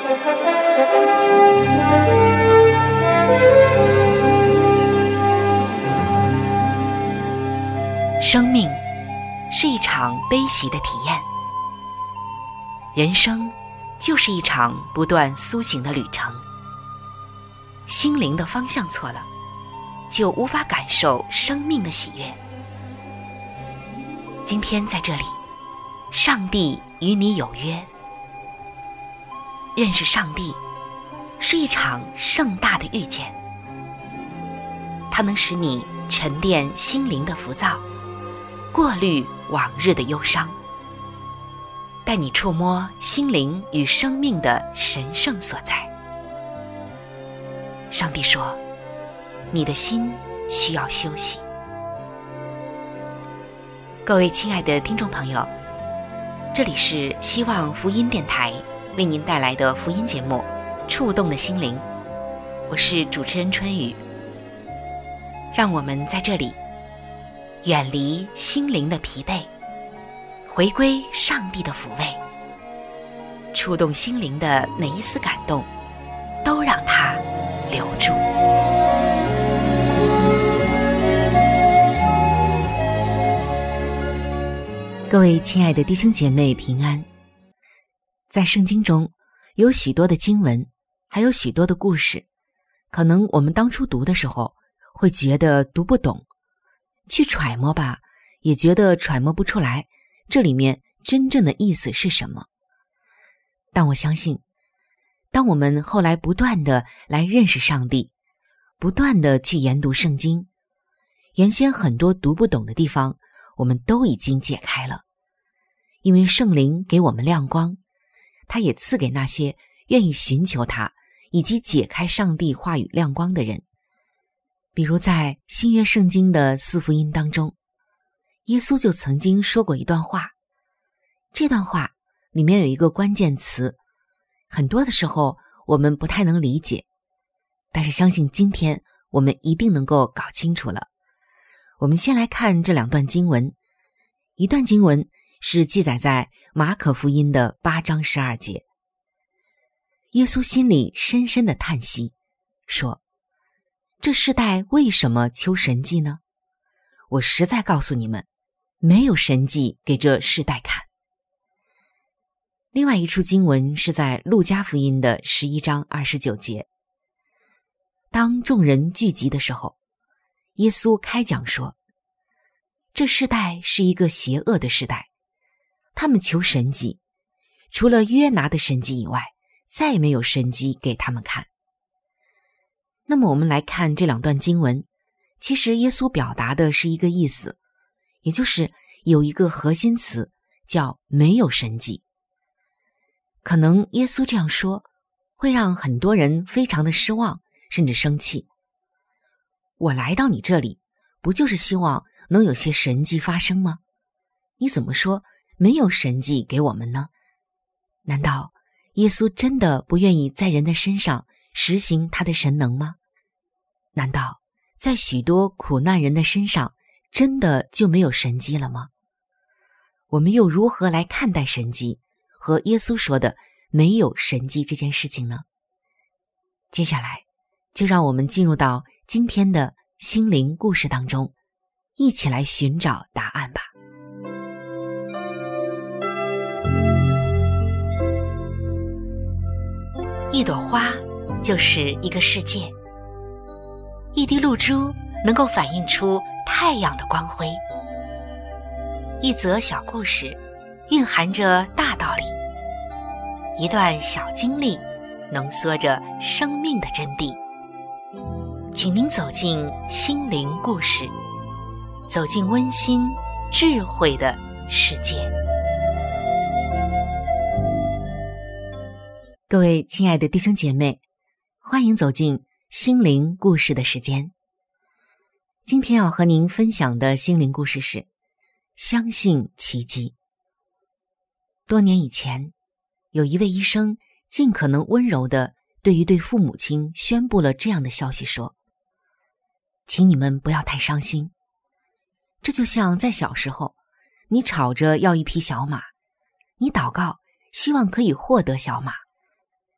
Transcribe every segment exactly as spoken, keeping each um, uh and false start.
生命是一场悲喜的体验，人生就是一场不断苏醒的旅程。心灵的方向错了，就无法感受生命的喜悦。今天在这里，上帝与你有约。认识上帝是一场盛大的遇见，它能使你沉淀心灵的浮躁，过滤往日的忧伤，带你触摸心灵与生命的神圣所在。上帝说，你的心需要休息。各位亲爱的听众朋友，这里是希望福音电台为您带来的福音节目《触动的心灵》，我是主持人春雨。让我们在这里远离心灵的疲惫，回归上帝的抚慰，触动心灵的每一丝感动，都让它留住。各位亲爱的弟兄姐妹平安。在圣经中有许多的经文，还有许多的故事，可能我们当初读的时候会觉得读不懂，去揣摩吧，也觉得揣摩不出来这里面真正的意思是什么。但我相信，当我们后来不断的来认识上帝，不断的去研读圣经，原先很多读不懂的地方我们都已经解开了。因为圣灵给我们亮光，他也赐给那些愿意寻求他以及解开上帝话语亮光的人。比如在新约圣经的四福音当中，耶稣就曾经说过一段话，这段话里面有一个关键词，很多的时候我们不太能理解，但是相信今天我们一定能够搞清楚了。我们先来看这两段经文，一段经文是记载在马可福音的八章十二节。耶稣心里深深的叹息，说，这世代为什么求神迹呢？我实在告诉你们，没有神迹给这世代看。另外一处经文是在路加福音的十一章二十九节。当众人聚集的时候，耶稣开讲说，这世代是一个邪恶的世代，他们求神迹，除了约拿的神迹以外，再没有神迹给他们看。那么我们来看这两段经文，其实耶稣表达的是一个意思，也就是有一个核心词叫没有神迹。可能耶稣这样说会让很多人非常的失望，甚至生气。我来到你这里不就是希望能有些神迹发生吗？你怎么说没有神迹给我们呢？难道耶稣真的不愿意在人的身上实行他的神能吗？难道在许多苦难人的身上真的就没有神迹了吗？我们又如何来看待神迹和耶稣说的没有神迹这件事情呢？接下来就让我们进入到今天的心灵故事当中，一起来寻找答案吧。一朵花就是一个世界，一滴露珠能够反映出太阳的光辉，一则小故事蕴含着大道理，一段小经历浓缩着生命的真谛。请您走进心灵故事，走进温馨智慧的世界。各位亲爱的弟兄姐妹，欢迎走进心灵故事的时间。今天要和您分享的心灵故事是相信奇迹。多年以前，有一位医生尽可能温柔地对一对父母亲宣布了这样的消息说，请你们不要太伤心。这就像在小时候，你吵着要一匹小马，你祷告希望可以获得小马，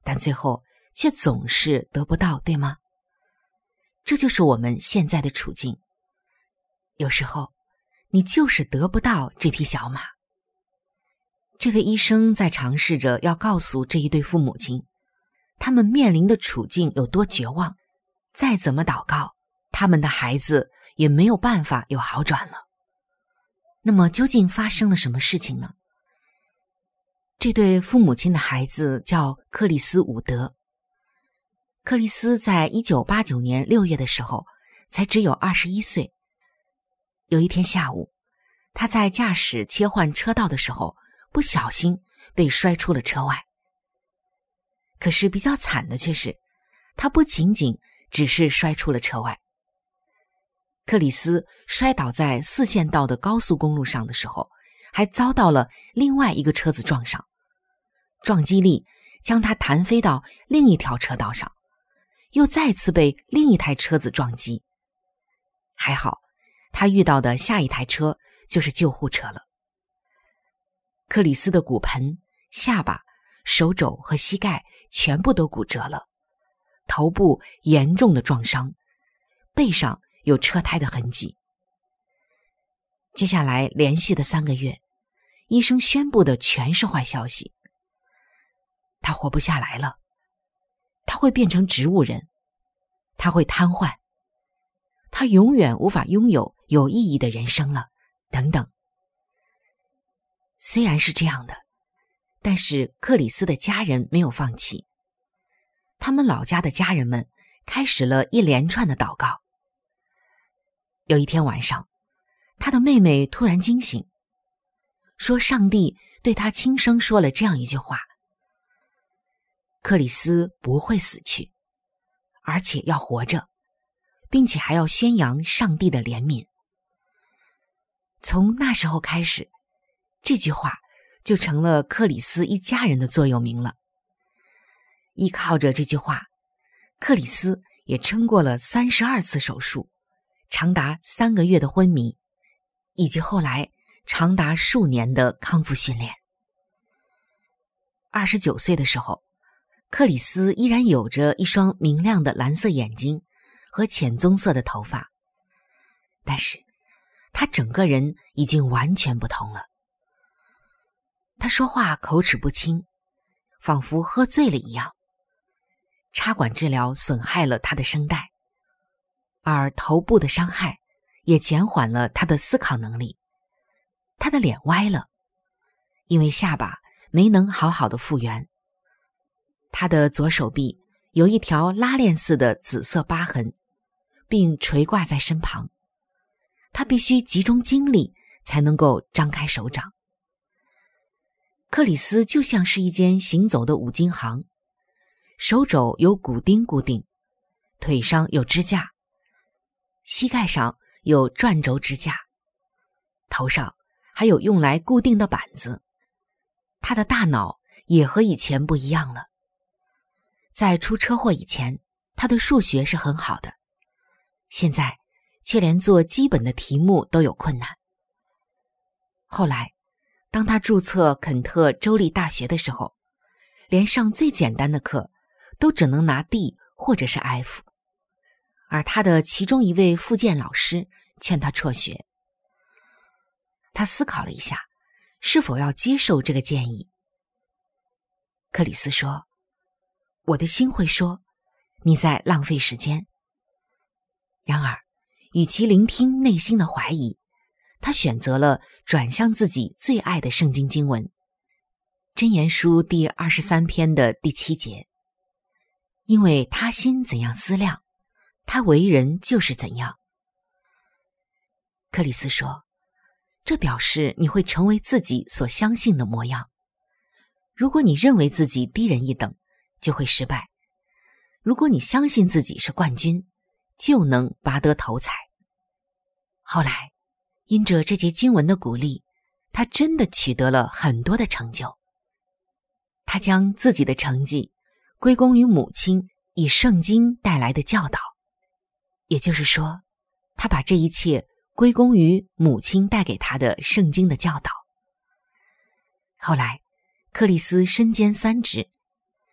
但最后却总是得不到，对吗？这就是我们现在的处境。有时候你就是得不到这匹小马。这位医生在尝试着要告诉这一对父母亲，他们面临的处境有多绝望，再怎么祷告，他们的孩子也没有办法有好转了。那么究竟发生了什么事情呢？这对父母亲的孩子叫克里斯伍德。克里斯在一九八九年六月的时候才只有二十一岁。有一天下午，他在驾驶切换车道的时候不小心被摔出了车外。可是比较惨的却是，他不仅仅只是摔出了车外。克里斯摔倒在四线道的高速公路上的时候，还遭到了另外一个车子撞上，撞击力将他弹飞到另一条车道上，又再次被另一台车子撞击。还好，他遇到的下一台车就是救护车了。克里斯的骨盆、下巴、手肘和膝盖全部都骨折了，头部严重的撞伤，背上有车胎的痕迹。接下来连续的三个月，医生宣布的全是坏消息。他活不下来了，他会变成植物人，他会瘫痪，他永远无法拥有有意义的人生了，等等。虽然是这样的，但是克里斯的家人没有放弃。他们老家的家人们开始了一连串的祷告。有一天晚上，他的妹妹突然惊醒，说上帝对他轻声说了这样一句话：克里斯不会死去，而且要活着，并且还要宣扬上帝的怜悯。从那时候开始，这句话就成了克里斯一家人的座右铭了。依靠着这句话，克里斯也撑过了三十二次手术，长达三个月的昏迷，以及后来长达数年的康复训练。二十九岁的时候，克里斯依然有着一双明亮的蓝色眼睛和浅棕色的头发，但是他整个人已经完全不同了。他说话口齿不清，仿佛喝醉了一样。插管治疗损害了他的声带，而头部的伤害也减缓了他的思考能力。他的脸歪了，因为下巴没能好好的复原。他的左手臂有一条拉链似的紫色疤痕，并垂挂在身旁。他必须集中精力才能够张开手掌。克里斯就像是一间行走的五金行，手肘有骨钉固定，腿上有支架，膝盖上有转轴支架，头上还有用来固定的板子。他的大脑也和以前不一样了。在出车祸以前，他的数学是很好的，现在却连做基本的题目都有困难。后来当他注册肯特州立大学的时候，连上最简单的课都只能拿 D 或者是 F， 而他的其中一位复健老师劝他辍学。他思考了一下，是否要接受这个建议。克里斯说，我的心会说，你在浪费时间。然而，与其聆听内心的怀疑，他选择了转向自己最爱的圣经经文，箴言书第二十三篇的第七节。因为他心怎样思量，他为人就是怎样。克里斯说，这表示你会成为自己所相信的模样。如果你认为自己低人一等，就会失败；如果你相信自己是冠军，就能拔得头彩。后来因着这节经文的鼓励，他真的取得了很多的成就。他将自己的成绩归功于母亲以圣经带来的教导，也就是说，他把这一切归功于母亲带给他的圣经的教导。后来克里斯身兼三职，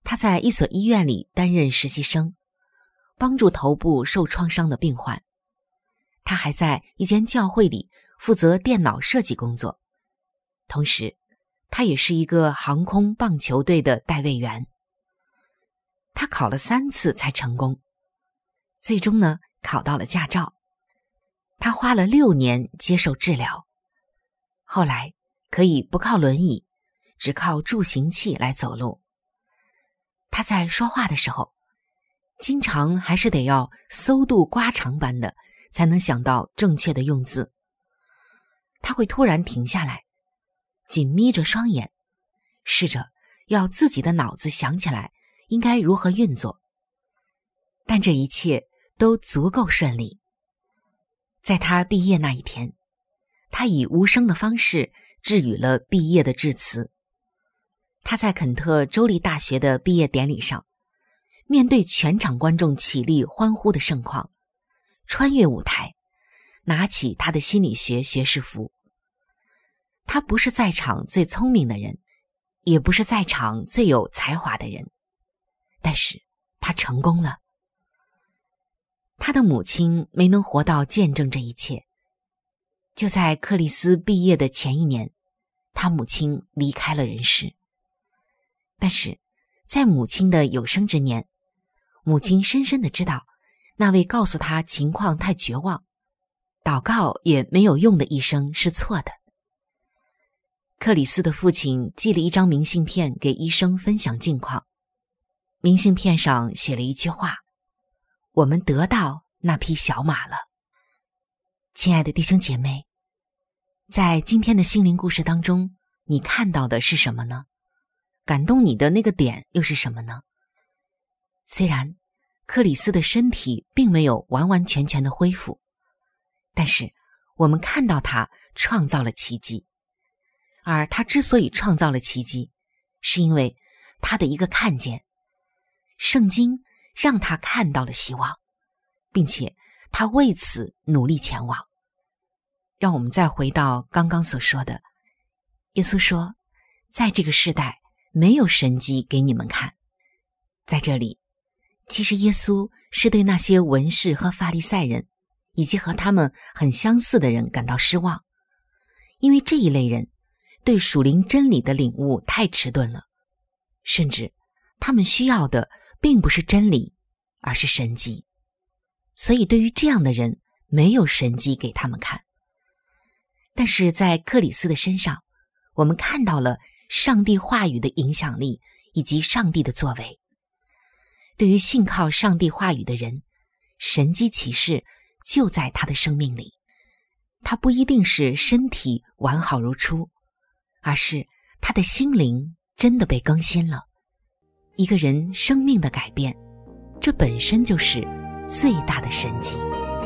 他在一所医院里担任实习生，帮助头部受创伤的病患。他还在一间教会里负责电脑设计工作，同时他也是一个航空棒球队的代位员。他考了三次才成功，最终呢考到了驾照。他花了六年接受治疗，后来可以不靠轮椅，只靠助行器来走路。他在说话的时候，经常还是得要搜肚刮肠般的才能想到正确的用字。他会突然停下来，紧眯着双眼，试着要自己的脑子想起来应该如何运作。但这一切都足够顺利。在他毕业那一天，他以无声的方式致语了毕业的致辞。他在肯特州立大学的毕业典礼上，面对全场观众起立欢呼的盛况，穿越舞台，拿起他的心理学学士服。他不是在场最聪明的人，也不是在场最有才华的人，但是他成功了。他的母亲没能活到见证这一切。就在克里斯毕业的前一年，他母亲离开了人世。但是在母亲的有生之年，母亲深深地知道那位告诉他情况太绝望，祷告也没有用的医生是错的。克里斯的父亲寄了一张明信片给医生分享近况，明信片上写了一句话：我们得到那匹小马了。亲爱的弟兄姐妹，在今天的心灵故事当中，你看到的是什么呢？感动你的那个点又是什么呢？虽然克里斯的身体并没有完完全全的恢复，但是我们看到他创造了奇迹。而他之所以创造了奇迹，是因为他的一个看见。圣经让他看到了希望，并且他为此努力前往。让我们再回到刚刚所说的，耶稣说，在这个世代没有神迹给你们看。在这里，其实耶稣是对那些文士和法利赛人以及和他们很相似的人感到失望，因为这一类人对属灵真理的领悟太迟钝了，甚至他们需要的并不是真理，而是神迹。所以对于这样的人，没有神迹给他们看。但是在克里斯的身上，我们看到了上帝话语的影响力以及上帝的作为。对于信靠上帝话语的人，神迹奇事就在他的生命里。他不一定是身体完好如初，而是他的心灵真的被更新了。一个人生命的改变，这本身就是最大的神迹。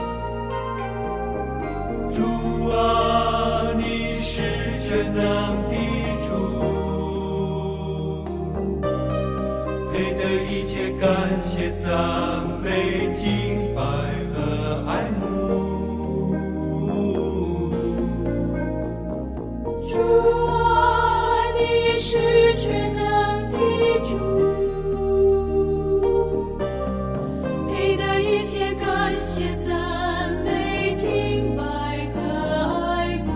主啊，你是全能的主，配得一切感谢、赞美、敬拜和爱慕。 主啊，你是全能的主，配得一切感谢、赞美、敬拜和爱慕。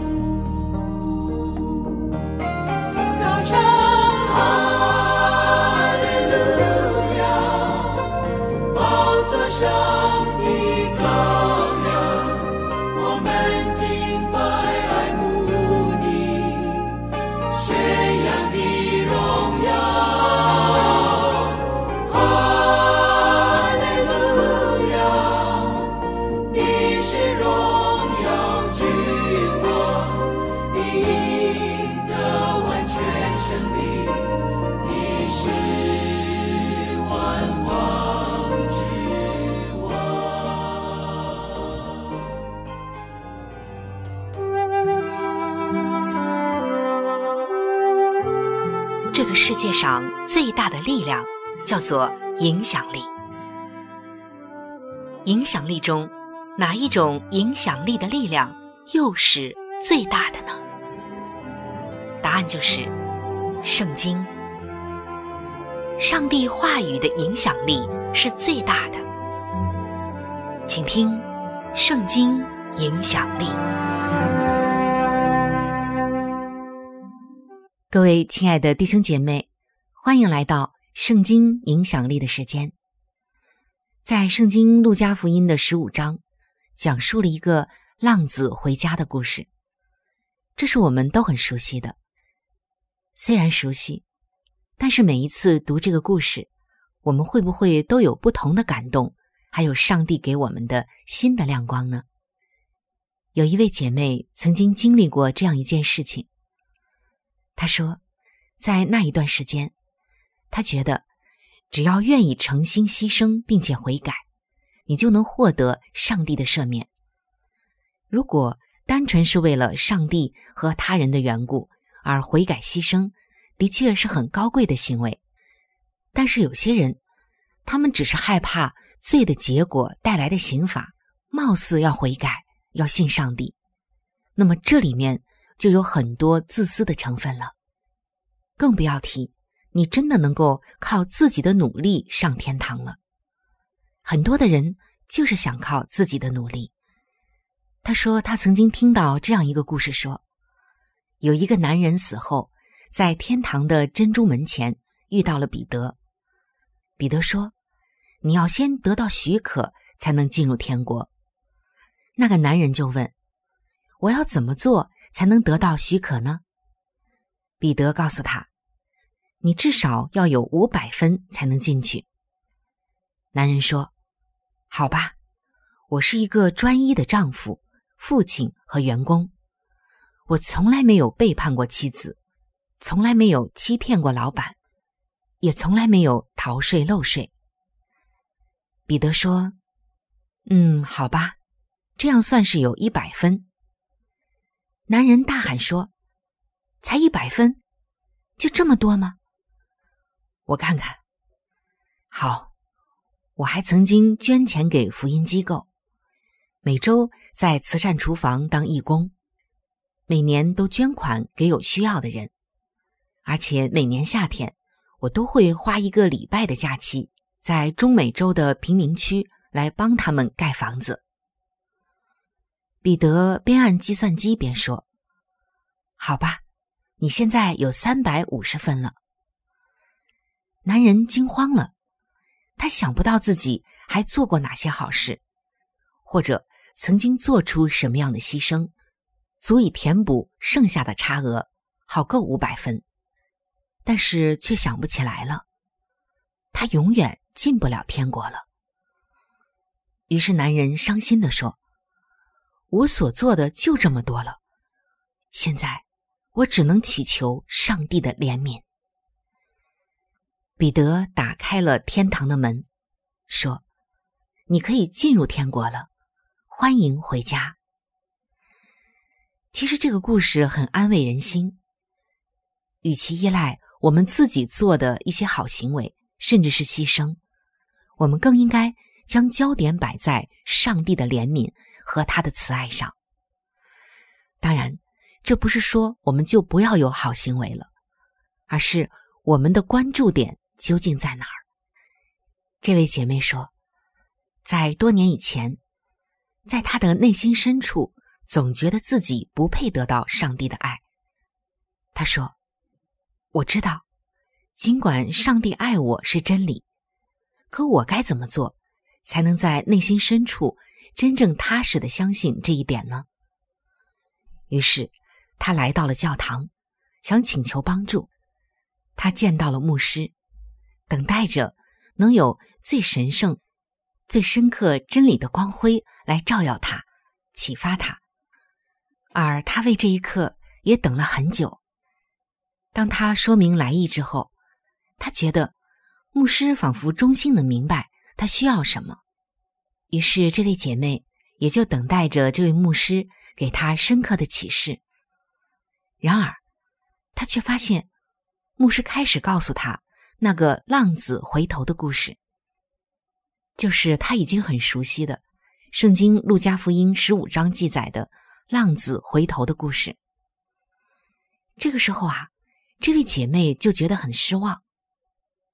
高唱哈利路亚，宝座上的羔羊，我们敬拜爱慕你，宣扬你荣耀。哈利路亚，你是荣耀君王，你赢得完全生命，你是万王之王。 这个世界上最大的力量叫做影响力。影响力中，哪一种影响力的力量又是最大的呢？答案就是圣经。 上帝话语的影响力是最大的。请听《圣经影响力》。各位亲爱的弟兄姐妹，欢迎来到《圣经影响力》的时间。在圣经路加福音的十五章，讲述了一个浪子回家的故事。这是我们都很熟悉的。虽然熟悉，但是每一次读这个故事，我们会不会都有不同的感动，还有上帝给我们的新的亮光呢？有一位姐妹曾经经历过这样一件事情。她说，在那一段时间，她觉得只要愿意诚心牺牲并且悔改，你就能获得上帝的赦免。如果单纯是为了上帝和他人的缘故而悔改牺牲，的确是很高贵的行为。但是有些人，他们只是害怕罪的结果带来的刑罚，貌似要悔改，要信上帝。那么这里面就有很多自私的成分了。更不要提你真的能够靠自己的努力上天堂了。很多的人就是想靠自己的努力。他说他曾经听到这样一个故事，说有一个男人死后，在天堂的珍珠门前遇到了彼得。彼得说，你要先得到许可才能进入天国。那个男人就问，我要怎么做才能得到许可呢？彼得告诉他，你至少要有五百分才能进去。男人说，好吧，我是一个专一的丈夫、父亲和员工，我从来没有背叛过妻子，从来没有欺骗过老板，也从来没有逃税漏税。彼得说，嗯，好吧，这样算是有一百分。男人大喊说，才一百分？就这么多吗？我看看。好，我还曾经捐钱给福音机构，每周在慈善厨房当义工，每年都捐款给有需要的人，而且每年夏天我都会花一个礼拜的假期，在中美洲的贫民区来帮他们盖房子。彼得边按计算机边说，好吧，你现在有三百五十分了。男人惊慌了，他想不到自己还做过哪些好事，或者曾经做出什么样的牺牲，足以填补剩下的差额，好够五百分。但是却想不起来了，他永远进不了天国了。于是男人伤心地说，我所做的就这么多了，现在我只能祈求上帝的怜悯。彼得打开了天堂的门，说，你可以进入天国了，欢迎回家。其实这个故事很安慰人心，与其依赖我们自己做的一些好行为，甚至是牺牲，我们更应该将焦点摆在上帝的怜悯和他的慈爱上。当然，这不是说我们就不要有好行为了，而是我们的关注点究竟在哪儿？这位姐妹说，在多年以前，在她的内心深处，总觉得自己不配得到上帝的爱。她说，我知道，尽管上帝爱我是真理，可我该怎么做，才能在内心深处真正踏实地相信这一点呢？于是，她来到了教堂，想请求帮助。她见到了牧师，等待着能有最神圣、最深刻真理的光辉来照耀她，启发她。而她为这一刻也等了很久。当她说明来意之后，她觉得牧师仿佛衷心地明白她需要什么。于是这位姐妹也就等待着这位牧师给她深刻的启示。然而，她却发现牧师开始告诉她那个浪子回头的故事，就是她已经很熟悉的圣经路加福音十五章记载的浪子回头的故事。这个时候啊，这位姐妹就觉得很失望。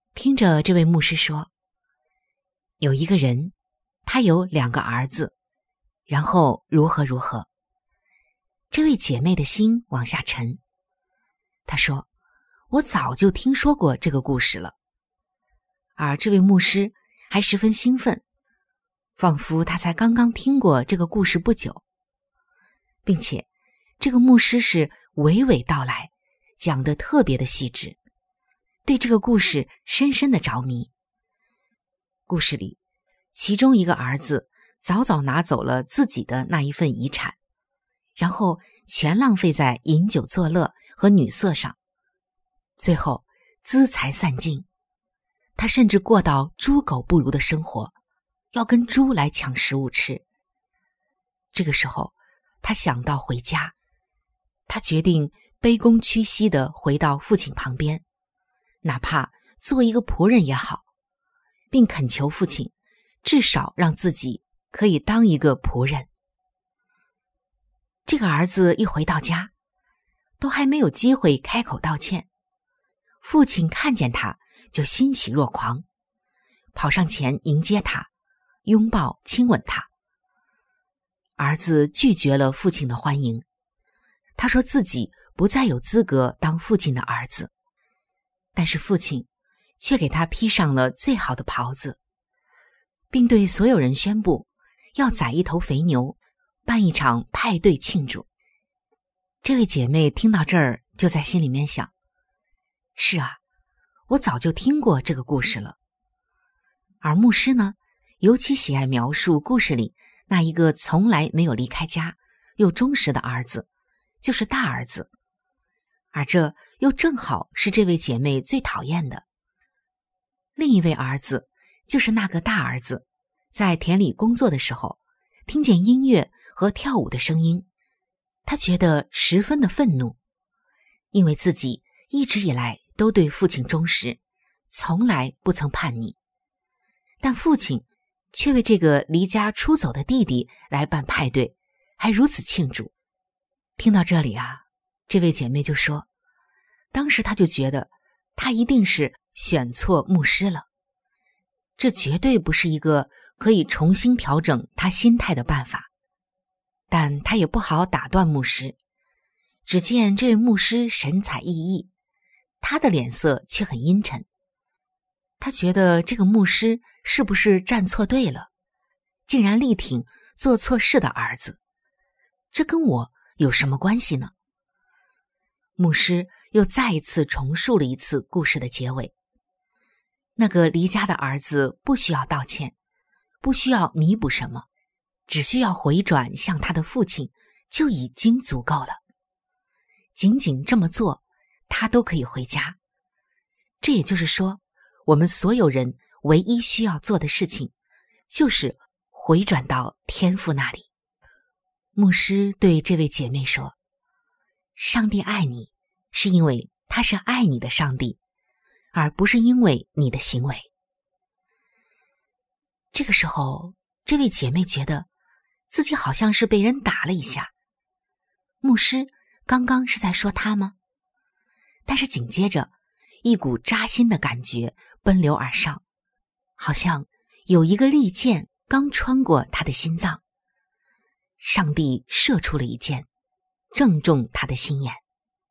听着这位牧师说，有一个人，他有两个儿子，然后如何如何。这位姐妹的心往下沉。她说，我早就听说过这个故事了。而这位牧师还十分兴奋，仿佛他才刚刚听过这个故事不久，并且这个牧师是娓娓道来，讲得特别的细致，对这个故事深深的着迷。故事里，其中一个儿子早早拿走了自己的那一份遗产，然后全浪费在饮酒作乐和女色上，最后资财散尽。他甚至过到猪狗不如的生活，要跟猪来抢食物吃。这个时候，他想到回家，他决定卑躬屈膝地回到父亲旁边，哪怕做一个仆人也好，并恳求父亲至少让自己可以当一个仆人。这个儿子一回到家，都还没有机会开口道歉，父亲看见他就欣喜若狂，跑上前迎接他，拥抱亲吻他。儿子拒绝了父亲的欢迎，他说自己不再有资格当父亲的儿子，但是父亲却给他披上了最好的袍子，并对所有人宣布要宰一头肥牛，办一场派对庆祝。这位姐妹听到这儿，就在心里面想，是啊，我早就听过这个故事了。而牧师呢，尤其喜爱描述故事里那一个从来没有离开家又忠实的儿子，就是大儿子，而这又正好是这位姐妹最讨厌的。另一位儿子，就是那个大儿子，在田里工作的时候，听见音乐和跳舞的声音，他觉得十分的愤怒，因为自己一直以来都对父亲忠实，从来不曾叛逆，但父亲却为这个离家出走的弟弟来办派对，还如此庆祝。听到这里啊，这位姐妹就说，当时她就觉得她一定是选错牧师了，这绝对不是一个可以重新调整她心态的办法。但她也不好打断牧师，只见这位牧师神采奕奕，他的脸色却很阴沉。他觉得这个牧师是不是站错队了，竟然力挺做错事的儿子，这跟我有什么关系呢？牧师又再一次重述了一次故事的结尾。那个离家的儿子不需要道歉，不需要弥补什么，只需要回转向他的父亲就已经足够了。仅仅这么做，他都可以回家。这也就是说，我们所有人唯一需要做的事情，就是回转到天父那里。牧师对这位姐妹说，上帝爱你，是因为他是爱你的上帝，而不是因为你的行为。这个时候，这位姐妹觉得自己好像是被人打了一下。牧师刚刚是在说她吗？但是紧接着，一股扎心的感觉奔流而上，好像有一个利箭刚穿过她的心脏。上帝射出了一箭，正中她的心眼。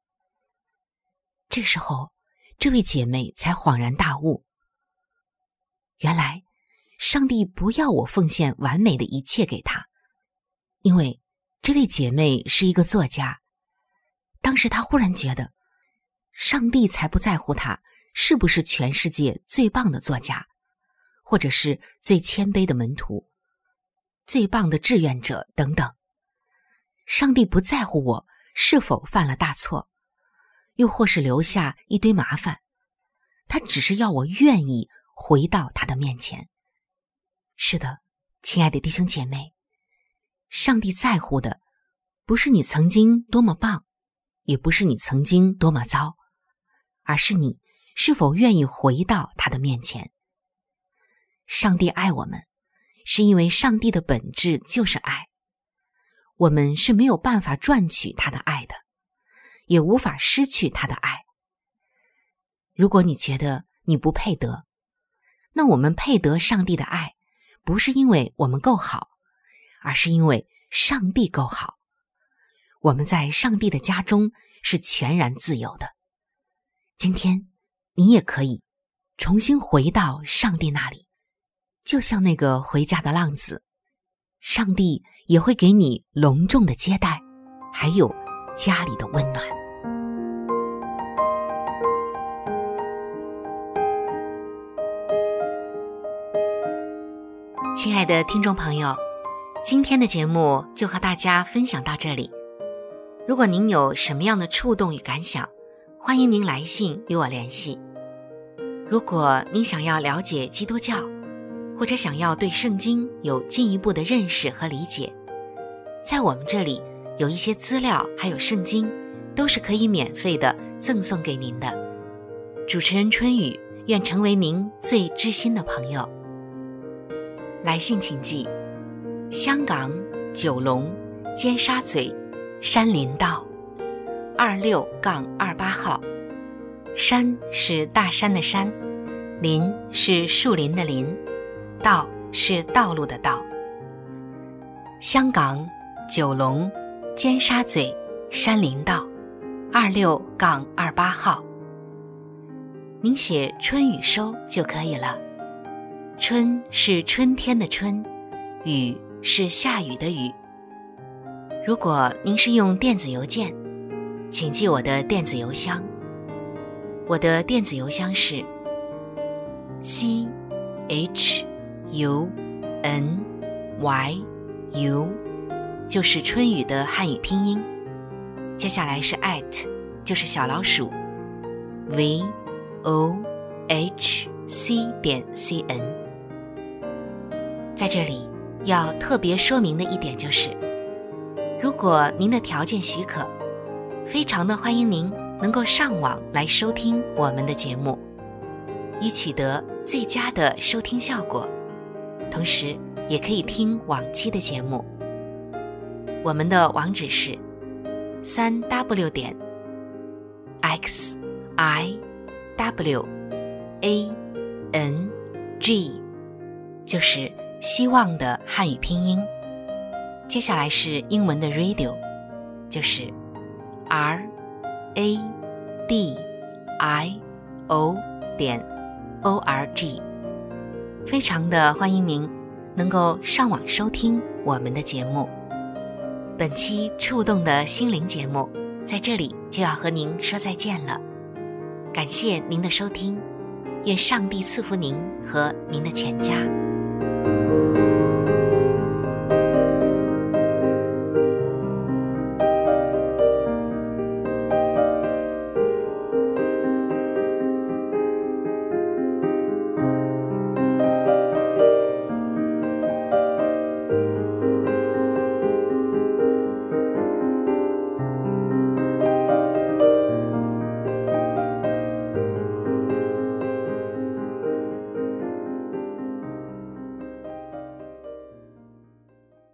这时候，这位姐妹才恍然大悟，原来上帝不要我奉献完美的一切给她，因为这位姐妹是一个作家。当时她忽然觉得，上帝才不在乎她是不是全世界最棒的作家，或者是最谦卑的门徒，最棒的志愿者等等。上帝不在乎我是否犯了大错，又或是留下一堆麻烦，他只是要我愿意回到他的面前。是的，亲爱的弟兄姐妹，上帝在乎的不是你曾经多么棒，也不是你曾经多么糟，而是你是否愿意回到他的面前。上帝爱我们，是因为上帝的本质就是爱，我们是没有办法赚取他的爱的，也无法失去他的爱。如果你觉得你不配得。那我们配得上帝的爱，不是因为我们够好，而是因为上帝够好。我们在上帝的家中是全然自由的。今天你也可以重新回到上帝那里，就像那个回家的浪子，上帝也会给你隆重的接待，还有家里的温暖。亲爱的听众朋友，今天的节目就和大家分享到这里。如果您有什么样的触动与感想，欢迎您来信与我联系。如果您想要了解基督教，或者想要对圣经有进一步的认识和理解，在我们这里有一些资料还有圣经都是可以免费的赠送给您的。主持人春雨愿成为您最知心的朋友。来信请寄香港九龙尖沙咀山林道二六杠二八号，山是大山的山，林是树林的林，道是道路的道。香港九龙尖沙咀山林道二六杠二八号。您写春雨收就可以了。春是春天的春，雨是下雨的雨。如果您是用电子邮件，请记我的电子邮箱。我的电子邮箱是 c h u n y u， 就是春雨的汉语拼音，接下来是 at， 就是小老鼠 v o h c 点 c n。在这里要特别说明的一点就是，如果您的条件许可，非常的欢迎您能够上网来收听我们的节目，以取得最佳的收听效果，同时也可以听往期的节目。我们的网址是 三 w 点 x i w a n g， 就是希望的汉语拼音，接下来是英文的 radio， 就是 r a d i o 点 o r g。 非常的欢迎您能够上网收听我们的节目。本期触动的心灵节目在这里就要和您说再见了，感谢您的收听，愿上帝赐福您和您的全家。